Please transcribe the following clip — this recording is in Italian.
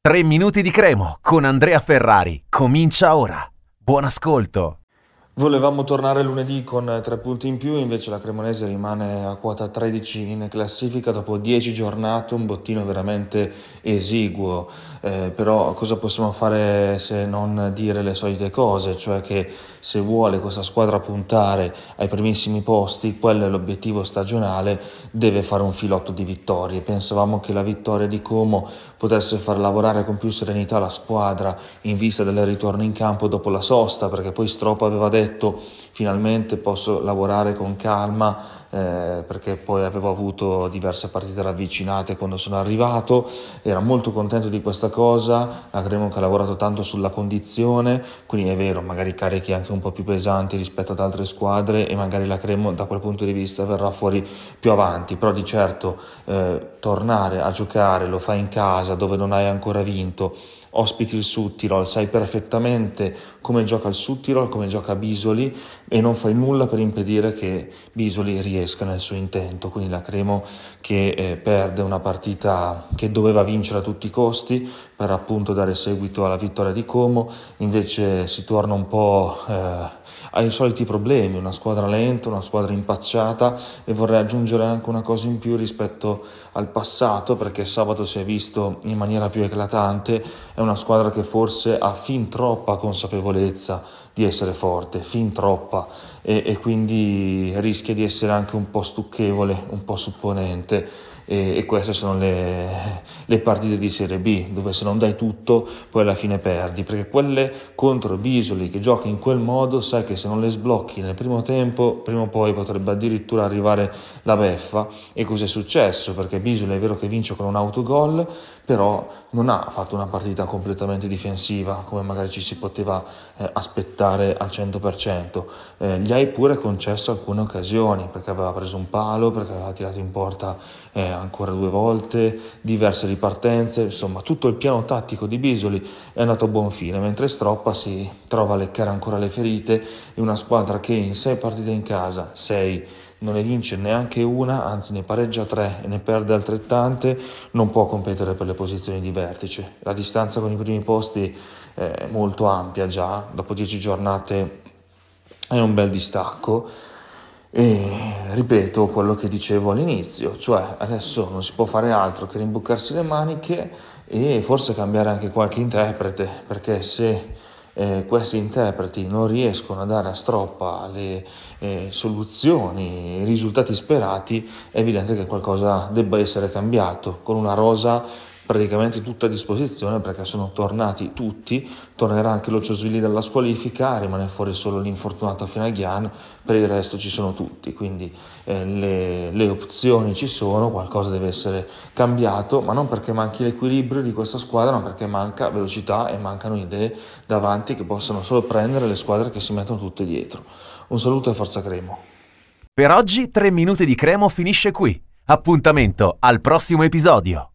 3 minuti di Cremo con Andrea Ferrari. Comincia ora. Buon ascolto. Volevamo tornare lunedì con 3 punti in più, invece la Cremonese rimane a quota 13 in classifica dopo 10 giornate, un bottino veramente esiguo. Però cosa possiamo fare se non dire le solite cose, cioè che se vuole questa squadra puntare ai primissimi posti, quello è l'obiettivo stagionale, deve fare un filotto di vittorie. Pensavamo che la vittoria di Como potesse far lavorare con più serenità la squadra in vista del ritorno in campo dopo la sosta, perché poi Stropa aveva detto finalmente posso lavorare con calma, perché poi avevo avuto diverse partite ravvicinate quando sono arrivato. Era molto contento di questa cosa. La Cremo che ha lavorato tanto sulla condizione, quindi è vero, magari carichi anche un po' più pesanti rispetto ad altre squadre e magari la Cremo da quel punto di vista verrà fuori più avanti, però di certo tornare a giocare, lo fai in casa dove non hai ancora vinto, ospiti il Südtirol, sai perfettamente come gioca il Südtirol, come gioca Bisoli, e non fai nulla per impedire che Bisoli riesca nel suo intento. Quindi la Cremo che perde una partita che doveva vincere a tutti i costi per appunto dare seguito alla vittoria di Como, invece si torna un po' ai soliti problemi, una squadra lenta, una squadra impacciata, e vorrei aggiungere anche una cosa in più rispetto al passato, perché sabato si è visto in maniera più eclatante, è una squadra che forse ha fin troppa consapevolezza di essere forte, fin troppa, e quindi rischia di essere anche un po' stucchevole, un po' supponente. E queste sono le partite di Serie B, dove se non dai tutto poi alla fine perdi, perché quelle contro Bisoli che gioca in quel modo sai che se non le sblocchi nel primo tempo, prima o poi potrebbe addirittura arrivare la beffa. E cos'è successo? Perché Bisoli è vero che vince con un autogol, però non ha fatto una partita completamente difensiva come magari ci si poteva aspettare al 100%. Gli hai pure concesso alcune occasioni, perché aveva preso un palo, perché aveva tirato in porta ancora 2 volte, diverse ripartenze, insomma tutto il piano tattico di Bisoli è andato a buon fine, mentre Stroppa si trova a leccare ancora le ferite, e una squadra che in 6 partite in casa, 6, non ne vince neanche una, anzi ne pareggia 3 e ne perde altrettante, non può competere per le posizioni di vertice. La distanza con i primi posti è molto ampia già, dopo 10 giornate è un bel distacco. E ripeto quello che dicevo all'inizio, cioè adesso non si può fare altro che rimboccarsi le maniche e forse cambiare anche qualche interprete, perché se questi interpreti non riescono a dare a Stroppa le soluzioni, i risultati sperati, è evidente che qualcosa debba essere cambiato, con una rosa praticamente tutta a disposizione, perché sono tornati tutti. Tornerà anche lo Ciosvili dalla squalifica, rimane fuori solo l'infortunato Finaghian, per il resto ci sono tutti, quindi le opzioni ci sono, qualcosa deve essere cambiato, ma non perché manchi l'equilibrio di questa squadra, ma perché manca velocità e mancano idee davanti che possano sorprendere le squadre che si mettono tutte dietro. Un saluto e forza Cremo. Per oggi 3 minuti di Cremo finisce qui. Appuntamento al prossimo episodio.